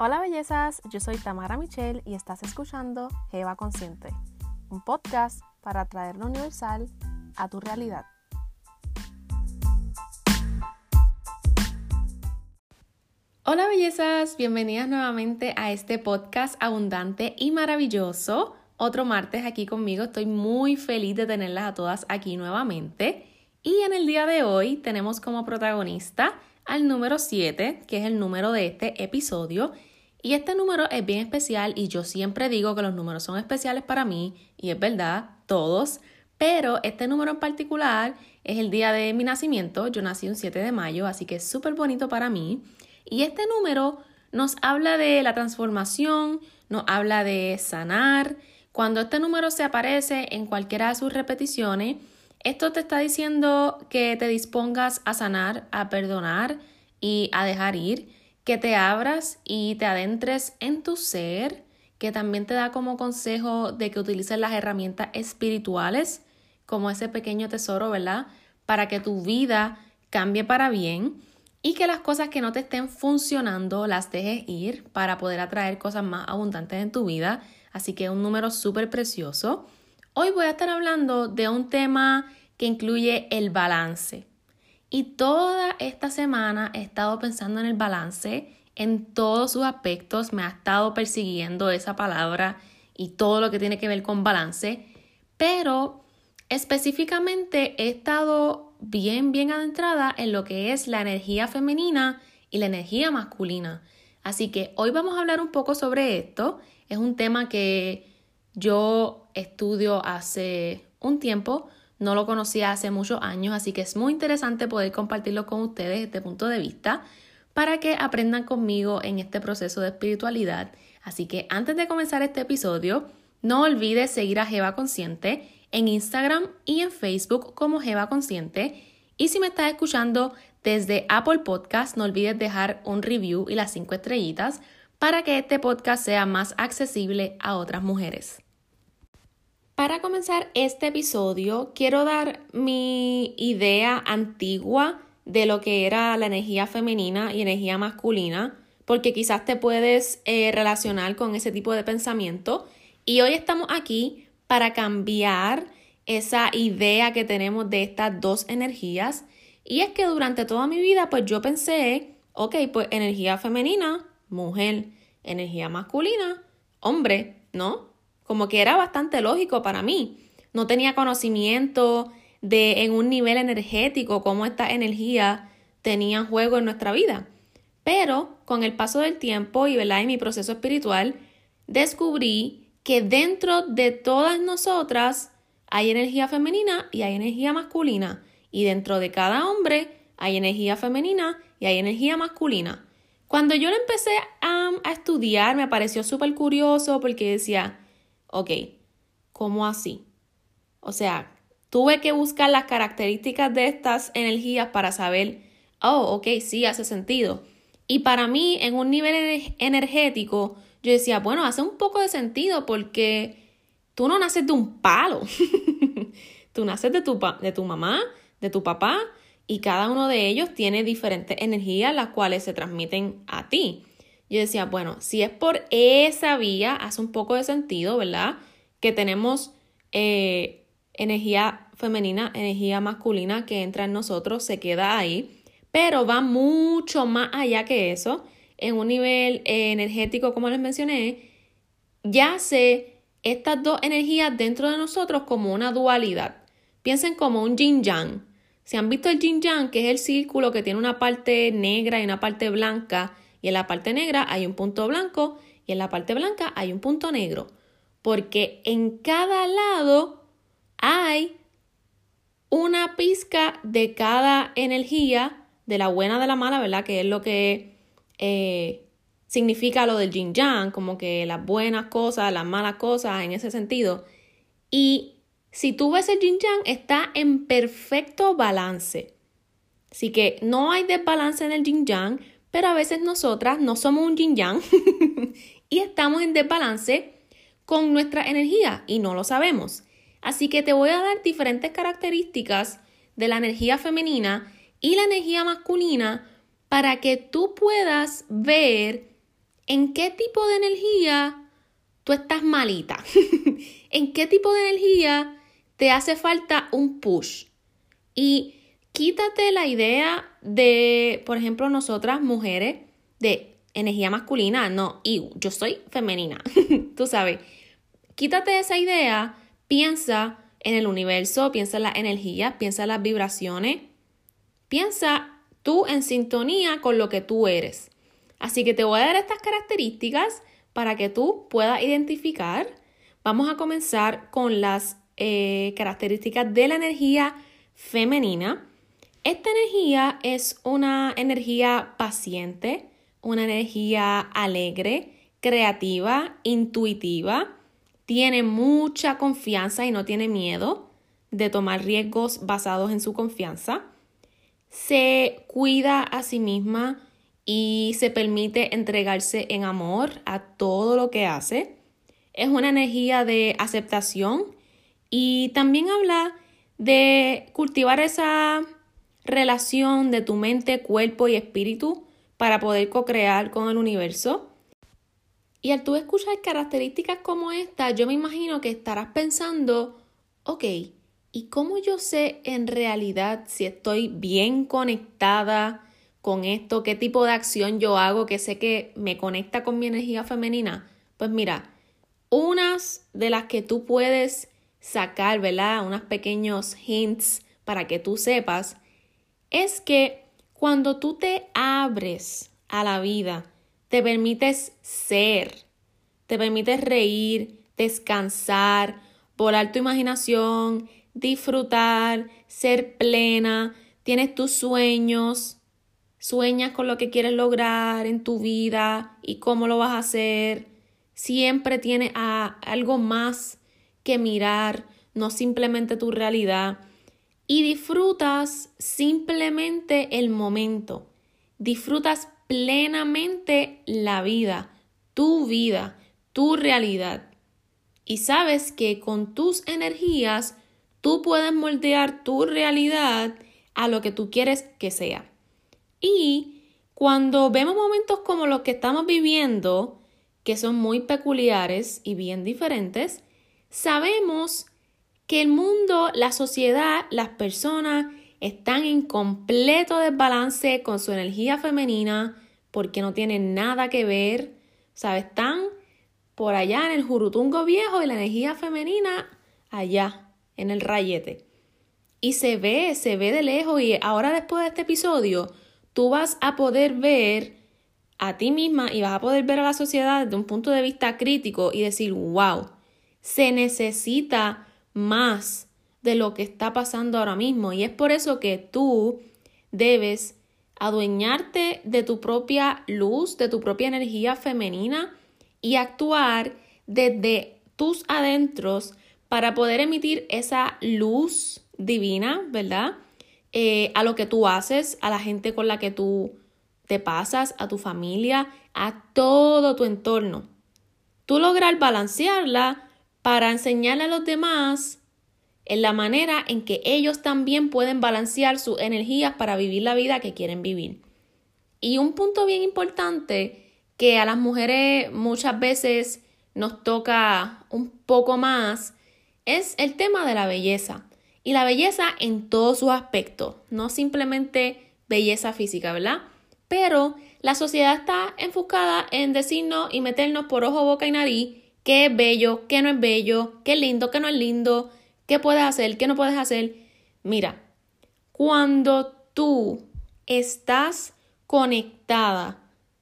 Hola bellezas, yo soy Tamara Michelle y estás escuchando Jeva Consciente, un podcast para traer lo universal a tu realidad. Hola bellezas, bienvenidas nuevamente a este podcast abundante y maravilloso. Otro martes aquí conmigo, estoy muy feliz de tenerlas a todas aquí nuevamente. Y en el día de hoy tenemos como protagonista al número 7, que es el número de este episodio. Y este número es bien especial y yo siempre digo que los números son especiales para mí, y es verdad, todos. Pero este número en particular es el día de mi nacimiento, yo nací un 7 de mayo, así que es súper bonito para mí. Y este número nos habla de la transformación, nos habla de sanar. Cuando este número se aparece en cualquiera de sus repeticiones, esto te está diciendo que te dispongas a sanar, a perdonar y a dejar ir, que te abras y te adentres en tu ser, que también te da como consejo de que utilices las herramientas espirituales como ese pequeño tesoro, ¿verdad? Para que tu vida cambie para bien y que las cosas que no te estén funcionando las dejes ir para poder atraer cosas más abundantes en tu vida. Así que es un número súper precioso. Hoy voy a estar hablando de un tema que incluye el balance. Y toda esta semana he estado pensando en el balance en todos sus aspectos. Me ha estado persiguiendo esa palabra y todo lo que tiene que ver con balance. Pero específicamente he estado bien adentrada en lo que es la energía femenina y la energía masculina. Así que hoy vamos a hablar un poco sobre esto. Es un tema que yo estudio hace un tiempo. No lo conocía hace muchos años, así que es muy interesante poder compartirlo con ustedes desde este punto de vista para que aprendan conmigo en este proceso de espiritualidad. Así que antes de comenzar este episodio, no olvides seguir a Jeva Consciente en Instagram y en Facebook como Jeva Consciente. Y si me estás escuchando desde Apple Podcast, no olvides dejar un review y las 5 estrellitas para que este podcast sea más accesible a otras mujeres. Para comenzar este episodio, quiero dar mi idea antigua de lo que era la energía femenina y energía masculina, porque quizás te puedes relacionar con ese tipo de pensamiento. Y hoy estamos aquí para cambiar esa idea que tenemos de estas dos energías. Y es que durante toda mi vida, pues yo pensé, ok, pues energía femenina, mujer, energía masculina, hombre, ¿no? Como que era bastante lógico para mí. No tenía conocimiento de en un nivel energético cómo estas energías tenían juego en nuestra vida. Pero con el paso del tiempo y, ¿verdad?, en mi proceso espiritual, descubrí que dentro de todas nosotras hay energía femenina y hay energía masculina. Y dentro de cada hombre hay energía femenina y hay energía masculina. Cuando yo lo empecé a estudiar, me pareció súper curioso porque decía, ok, ¿cómo así? O sea, tuve que buscar las características de estas energías para saber, oh, ok, sí, hace sentido. Y para mí, en un nivel energético, yo decía, bueno, hace un poco de sentido porque tú no naces de un palo. Tú naces de tu mamá, de tu papá, y cada uno de ellos tiene diferentes energías las cuales se transmiten a ti. Yo decía, bueno, si es por esa vía, hace un poco de sentido, ¿verdad? Que tenemos energía femenina, energía masculina que entra en nosotros, se queda ahí, pero va mucho más allá que eso. En un nivel energético, como les mencioné, yace estas dos energías dentro de nosotros como una dualidad. Piensen como un yin-yang. Si han visto el yin-yang, que es el círculo que tiene una parte negra y una parte blanca, y en la parte negra hay un punto blanco y en la parte blanca hay un punto negro. Porque en cada lado hay una pizca de cada energía, de la buena, de la mala, ¿verdad? Que es lo que significa lo del yin yang, como que las buenas cosas, las malas cosas, en ese sentido. Y si tú ves el yin yang, está en perfecto balance. Así que no hay desbalance en el yin yang, pero a veces nosotras no somos un yin yang y estamos en desbalance con nuestra energía y no lo sabemos. Así que te voy a dar diferentes características de la energía femenina y la energía masculina para que tú puedas ver ¿En qué tipo de energía tú estás malita? ¿En qué tipo de energía te hace falta un push? Y quítate la idea de, por ejemplo, nosotras mujeres, de energía masculina. No, yo soy femenina, tú sabes. Quítate esa idea, piensa en el universo, piensa en las energías, piensa en las vibraciones. Piensa tú en sintonía con lo que tú eres. Así que te voy a dar estas características para que tú puedas identificar. Vamos a comenzar con las características de la energía femenina. Esta energía es una energía paciente, una energía alegre, creativa, intuitiva. Tiene mucha confianza y no tiene miedo de tomar riesgos basados en su confianza. Se cuida a sí misma y se permite entregarse en amor a todo lo que hace. Es una energía de aceptación y también habla de cultivar esa relación de tu mente, cuerpo y espíritu para poder co-crear con el universo. Y al tú escuchar características como esta, yo me imagino que estarás pensando, ok, ¿y cómo yo sé en realidad si estoy bien conectada con esto? ¿Qué tipo de acción yo hago que sé que me conecta con mi energía femenina? Pues mira, unas de las que tú puedes sacar, ¿verdad? Unos pequeños hints para que tú sepas, es que cuando tú te abres a la vida, te permites ser, te permites reír, descansar, volar tu imaginación, disfrutar, ser plena, tienes tus sueños, sueñas con lo que quieres lograr en tu vida y cómo lo vas a hacer. Siempre tienes algo más que mirar, no simplemente tu realidad. Y disfrutas simplemente el momento. Disfrutas plenamente la vida, tu realidad. Y sabes que con tus energías tú puedes moldear tu realidad a lo que tú quieres que sea. Y cuando vemos momentos como los que estamos viviendo, que son muy peculiares y bien diferentes, sabemos que el mundo, la sociedad, las personas están en completo desbalance con su energía femenina porque no tienen nada que ver, ¿sabes? Están por allá en el jurutungo viejo y la energía femenina allá, en el rayete. Y se ve de lejos y ahora después de este episodio, tú vas a poder ver a ti misma y vas a poder ver a la sociedad desde un punto de vista crítico y decir, wow, se necesita más de lo que está pasando ahora mismo. Y es por eso que tú debes adueñarte de tu propia luz, de tu propia energía femenina y actuar desde tus adentros para poder emitir esa luz divina, ¿verdad? A lo que tú haces, a la gente con la que tú te pasas, a tu familia, a todo tu entorno. Tú lograr balancearla para enseñarle a los demás en la manera en que ellos también pueden balancear sus energías para vivir la vida que quieren vivir. Y un punto bien importante que a las mujeres muchas veces nos toca un poco más es el tema de la belleza. Y la belleza en todos sus aspectos, no simplemente belleza física, ¿verdad? Pero la sociedad está enfocada en decirnos y meternos por ojo, boca y nariz qué es bello, qué no es bello, qué es lindo, qué no es lindo, qué puedes hacer, qué no puedes hacer. Mira, cuando tú estás conectada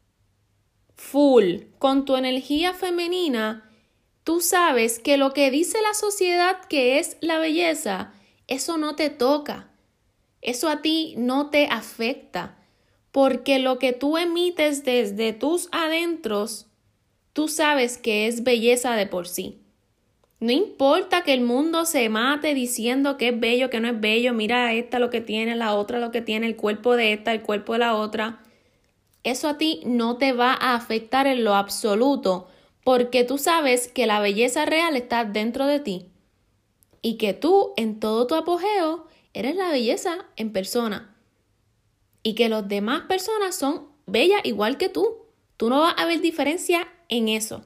full con tu energía femenina, tú sabes que lo que dice la sociedad que es la belleza, eso no te toca, eso a ti no te afecta, porque lo que tú emites desde tus adentros, tú sabes que es belleza de por sí. No importa que el mundo se mate diciendo que es bello, que no es bello, mira esta lo que tiene, la otra lo que tiene, el cuerpo de esta, el cuerpo de la otra. Eso a ti no te va a afectar en lo absoluto, porque tú sabes que la belleza real está dentro de ti y que tú en todo tu apogeo eres la belleza en persona y que las demás personas son bellas igual que tú. Tú no vas a ver diferencia en eso.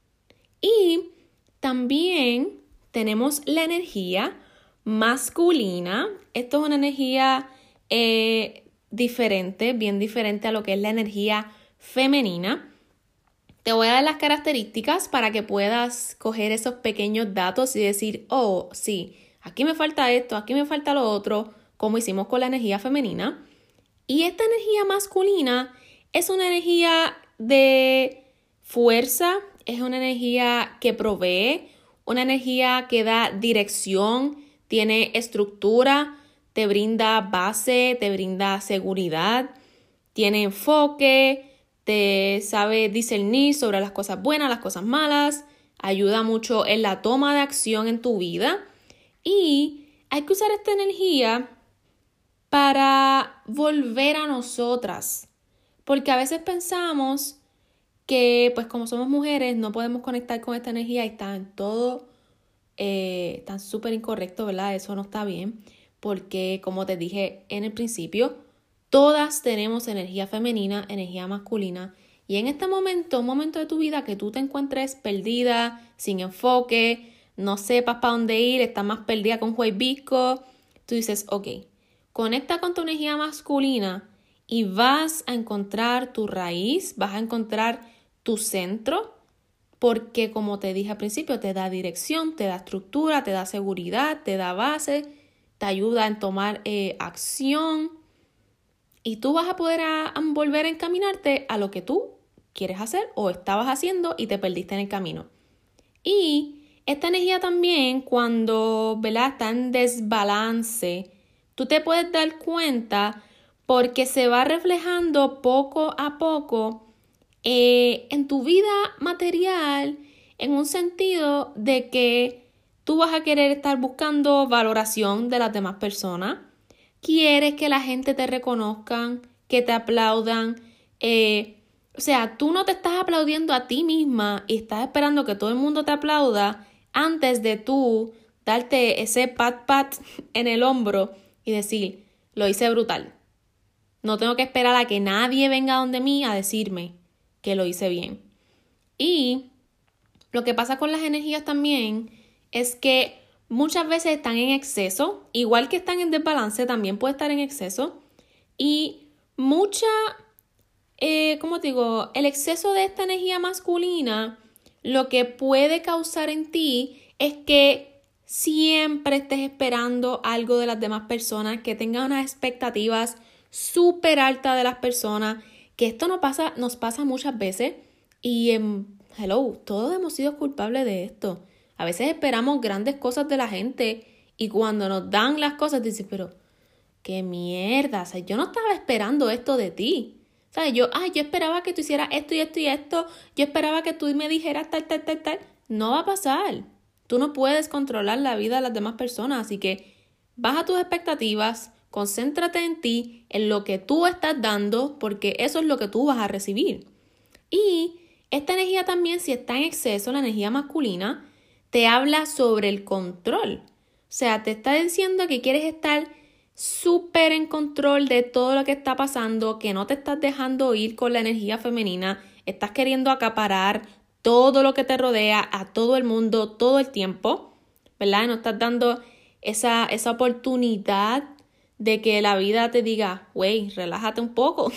Y también tenemos la energía masculina. Esto es una energía diferente, bien diferente a lo que es la energía femenina. Te voy a dar las características para que puedas coger esos pequeños datos y decir, oh, sí, aquí me falta esto, aquí me falta lo otro, como hicimos con la energía femenina. Y esta energía masculina es una energía de fuerza, es una energía que provee, una energía que da dirección, tiene estructura, te brinda base, te brinda seguridad, tiene enfoque, te sabe discernir sobre las cosas buenas, las cosas malas, ayuda mucho en la toma de acción en tu vida y hay que usar esta energía para volver a nosotras, porque a veces pensamos que pues como somos mujeres no podemos conectar con esta energía y están todo tan súper incorrecto, ¿verdad? Eso no está bien, porque como te dije en el principio, todas tenemos energía femenina, energía masculina, y en este momento, un momento de tu vida que tú te encuentres perdida, sin enfoque, no sepas para dónde ir, estás más perdida con Juan Visco, tú dices, ok, conecta con tu energía masculina y vas a encontrar tu raíz, vas a encontrar tu centro, porque como te dije al principio, te da dirección, te da estructura, te da seguridad, te da base, te ayuda en tomar acción y tú vas a poder volver a encaminarte a lo que tú quieres hacer o estabas haciendo y te perdiste en el camino. Y esta energía también cuando, ¿verdad?, está en desbalance, tú te puedes dar cuenta porque se va reflejando poco a poco en tu vida material en un sentido de que tú vas a querer estar buscando valoración de las demás personas, quieres que la gente te reconozcan, que te aplaudan, o sea, tú no te estás aplaudiendo a ti misma y estás esperando que todo el mundo te aplauda antes de tú darte ese pat en el hombro y decir, lo hice brutal. No tengo que esperar a que nadie venga donde mí a decirme que lo hice bien. Y lo que pasa con las energías también es que muchas veces están en exceso, igual que están en desbalance, también puede estar en exceso. Y como te digo, el exceso de esta energía masculina lo que puede causar en ti es que siempre estés esperando algo de las demás personas, que tengas unas expectativas súper altas de las personas, que esto nos pasa muchas veces y hello, todos hemos sido culpables de esto. A veces esperamos grandes cosas de la gente y cuando nos dan las cosas dices, pero qué mierda, o sea, yo no estaba esperando esto de ti. ¿Sabes? Yo esperaba que tú hicieras esto y esto y esto. Yo esperaba que tú me dijeras tal. No va a pasar. Tú no puedes controlar la vida de las demás personas. Así que baja tus expectativas, concéntrate en ti, en lo que tú estás dando, porque eso es lo que tú vas a recibir. Y esta energía también, si está en exceso, la energía masculina, te habla sobre el control. O sea, te está diciendo que quieres estar súper en control de todo lo que está pasando, que no te estás dejando ir con la energía femenina, estás queriendo acaparar todo lo que te rodea, a todo el mundo, todo el tiempo, ¿verdad? No estás dando esa oportunidad de que la vida te diga, güey, relájate un poco.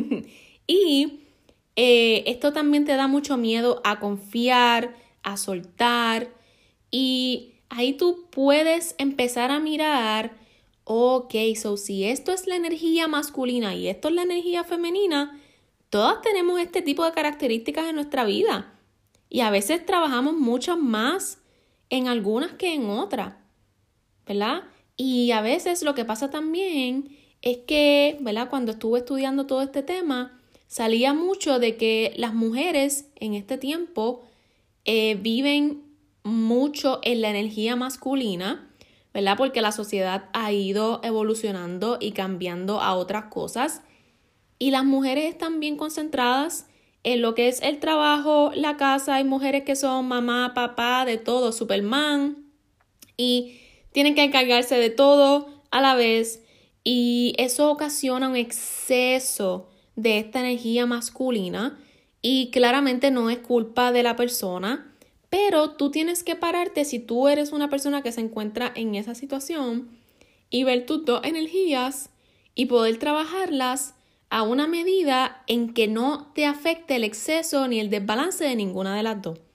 Y esto también te da mucho miedo a confiar, a soltar, y ahí tú puedes empezar a mirar, ok, si esto es la energía masculina y esto es la energía femenina, todas tenemos este tipo de características en nuestra vida. Y a veces trabajamos mucho más en algunas que en otras, ¿verdad? Y a veces lo que pasa también es que, ¿verdad?, cuando estuve estudiando todo este tema, salía mucho de que las mujeres en este tiempo viven mucho en la energía masculina, ¿verdad? Porque la sociedad ha ido evolucionando y cambiando a otras cosas. Y las mujeres están bien concentradas en lo que es el trabajo, la casa. Hay mujeres que son mamá, papá, de todo, Superman. Y tienen que encargarse de todo a la vez. Y eso ocasiona un exceso de esta energía masculina. Y claramente no es culpa de la persona, pero tú tienes que pararte si tú eres una persona que se encuentra en esa situación y ver tus dos energías y poder trabajarlas a una medida en que no te afecte el exceso ni el desbalance de ninguna de las dos.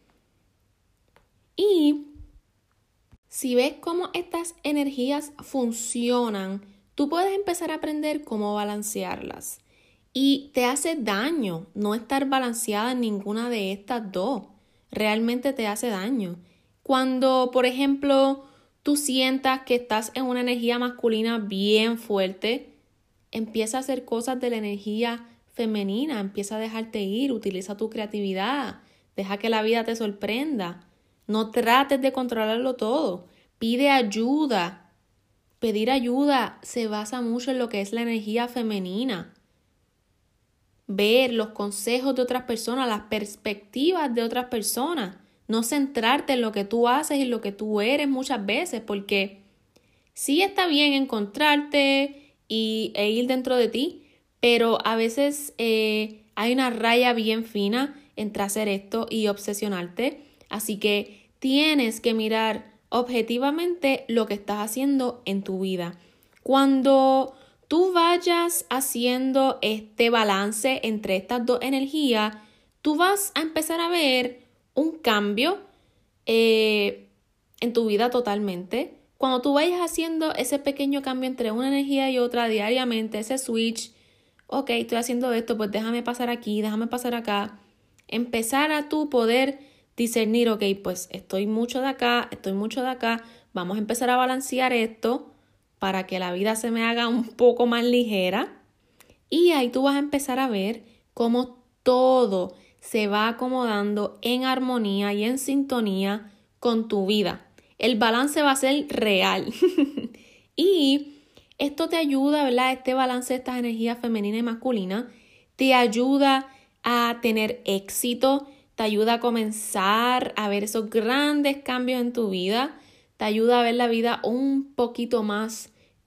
Y si ves cómo estas energías funcionan, tú puedes empezar a aprender cómo balancearlas. Y te hace daño no estar balanceada en ninguna de estas dos. Realmente te hace daño. Cuando, por ejemplo, tú sientas que estás en una energía masculina bien fuerte, empieza a hacer cosas de la energía femenina, empieza a dejarte ir, utiliza tu creatividad, deja que la vida te sorprenda. No trates de controlarlo todo, pide ayuda. Pedir ayuda se basa mucho en lo que es la energía femenina. Ver los consejos de otras personas, las perspectivas de otras personas. No centrarte en lo que tú haces y lo que tú eres muchas veces, porque sí está bien encontrarte e ir dentro de ti, pero a veces hay una raya bien fina entre hacer esto y obsesionarte. Así que tienes que mirar objetivamente lo que estás haciendo en tu vida. Cuando tú vayas haciendo este balance entre estas dos energías, tú vas a empezar a ver un cambio en tu vida totalmente. Cuando tú vayas haciendo ese pequeño cambio entre una energía y otra diariamente, ese switch, ok, estoy haciendo esto, pues déjame pasar aquí, déjame pasar acá. Empezar a tú poder discernir, ok, pues estoy mucho de acá, estoy mucho de acá, vamos a empezar a balancear esto para que la vida se me haga un poco más ligera. Y ahí tú vas a empezar a ver cómo todo se va acomodando en armonía y en sintonía con tu vida. El balance va a ser real. Y esto te ayuda, ¿verdad? Este balance de estas energías femenina y masculina te ayuda a tener éxito, te ayuda a comenzar a ver esos grandes cambios en tu vida, te ayuda a ver la vida un poquito más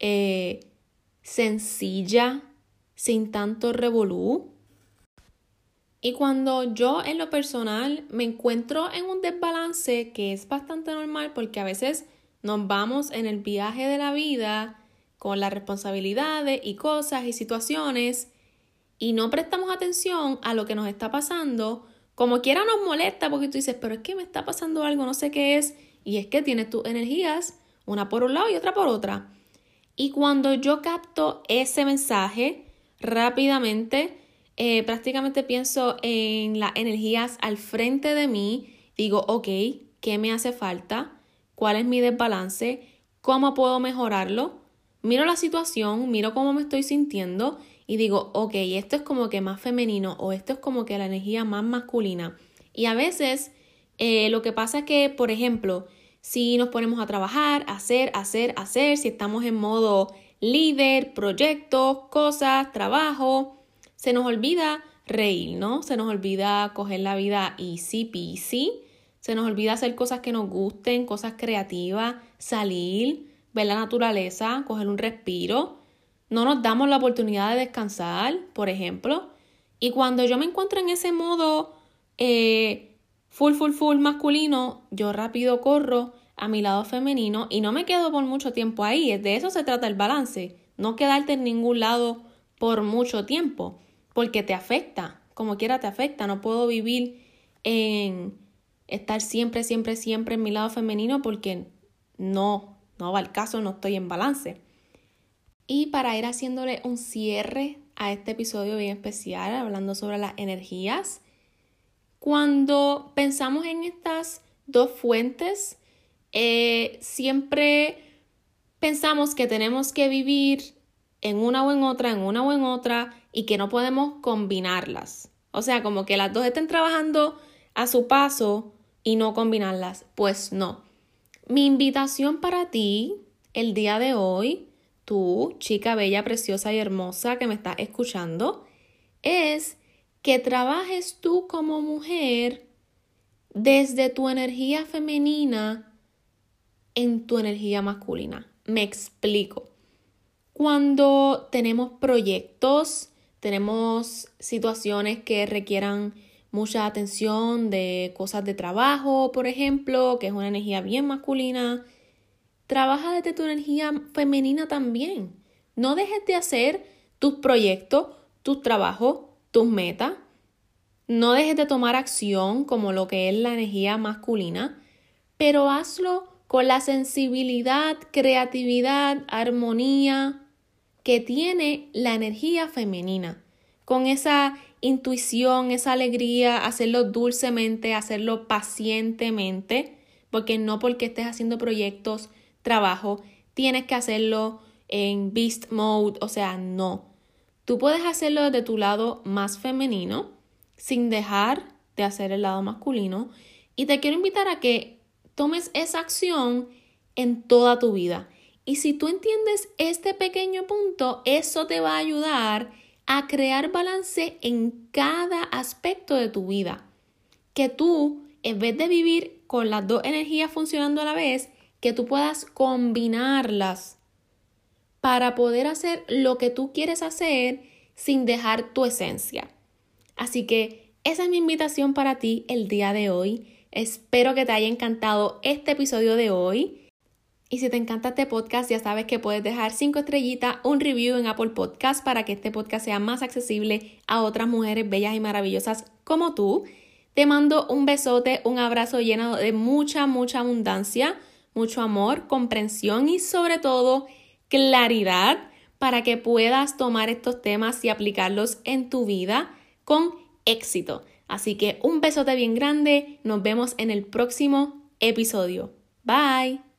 sencilla, sin tanto revolú. Y cuando yo en lo personal me encuentro en un desbalance, que es bastante normal porque a veces nos vamos en el viaje de la vida con las responsabilidades y cosas y situaciones y no prestamos atención a lo que nos está pasando, como quiera nos molesta porque tú dices, pero es que me está pasando algo, no sé qué es, y es que tienes tus energías, una por un lado y otra por otra. Y cuando yo capto ese mensaje rápidamente, prácticamente pienso en las energías al frente de mí, digo, ok, ¿qué me hace falta? ¿Cuál es mi desbalance? ¿Cómo puedo mejorarlo? Miro la situación, miro cómo me estoy sintiendo y digo, ok, esto es como que más femenino o esto es como que la energía más masculina. Y a veces lo que pasa es que, por ejemplo, si nos ponemos a trabajar, hacer, si estamos en modo líder, proyectos, cosas, trabajo, se nos olvida reír, ¿no? Se nos olvida coger la vida easy peasy, se nos olvida hacer cosas que nos gusten, cosas creativas, salir, ver la naturaleza, coger un respiro. No nos damos la oportunidad de descansar, por ejemplo. Y cuando yo me encuentro en ese modo full masculino, yo rápido corro a mi lado femenino y no me quedo por mucho tiempo ahí. De eso se trata el balance. No quedarte en ningún lado por mucho tiempo, porque te afecta. Como quiera te afecta. No puedo vivir en estar siempre en mi lado femenino porque no va al caso, no estoy en balance. Y para ir haciéndole un cierre a este episodio bien especial, hablando sobre las energías, cuando pensamos en estas dos fuentes, siempre pensamos que tenemos que vivir en una o en otra, y que no podemos combinarlas. O sea, como que las dos estén trabajando a su paso y no combinarlas. Pues no. Mi invitación para ti el día de hoy, tú, chica bella, preciosa y hermosa que me estás escuchando, es que trabajes tú como mujer desde tu energía femenina en tu energía masculina. Me explico. Cuando tenemos proyectos, tenemos situaciones que requieran mucha atención de cosas de trabajo, por ejemplo, que es una energía bien masculina. Trabaja desde tu energía femenina también. No dejes de hacer tus proyectos, tus trabajos, tus metas. No dejes de tomar acción como lo que es la energía masculina, pero hazlo con la sensibilidad, creatividad, armonía que tiene la energía femenina. Con esa intuición, esa alegría, hacerlo dulcemente, hacerlo pacientemente, porque no porque estés haciendo proyectos, trabajo, tienes que hacerlo en beast mode, o sea, no. Tú puedes hacerlo desde tu lado más femenino, sin dejar de hacer el lado masculino, y te quiero invitar a que tomes esa acción en toda tu vida. Y si tú entiendes este pequeño punto, eso te va a ayudar a crear balance en cada aspecto de tu vida. Que tú, en vez de vivir con las dos energías funcionando a la vez, que tú puedas combinarlas para poder hacer lo que tú quieres hacer sin dejar tu esencia. Así que esa es mi invitación para ti el día de hoy. Espero que te haya encantado este episodio de hoy. Y si te encanta este podcast, ya sabes que puedes dejar 5 estrellitas, un review en Apple Podcast para que este podcast sea más accesible a otras mujeres bellas y maravillosas como tú. Te mando un besote, un abrazo lleno de mucha, mucha abundancia, mucho amor, comprensión y sobre todo claridad para que puedas tomar estos temas y aplicarlos en tu vida con éxito. Así que un besote bien grande. Nos vemos en el próximo episodio. Bye.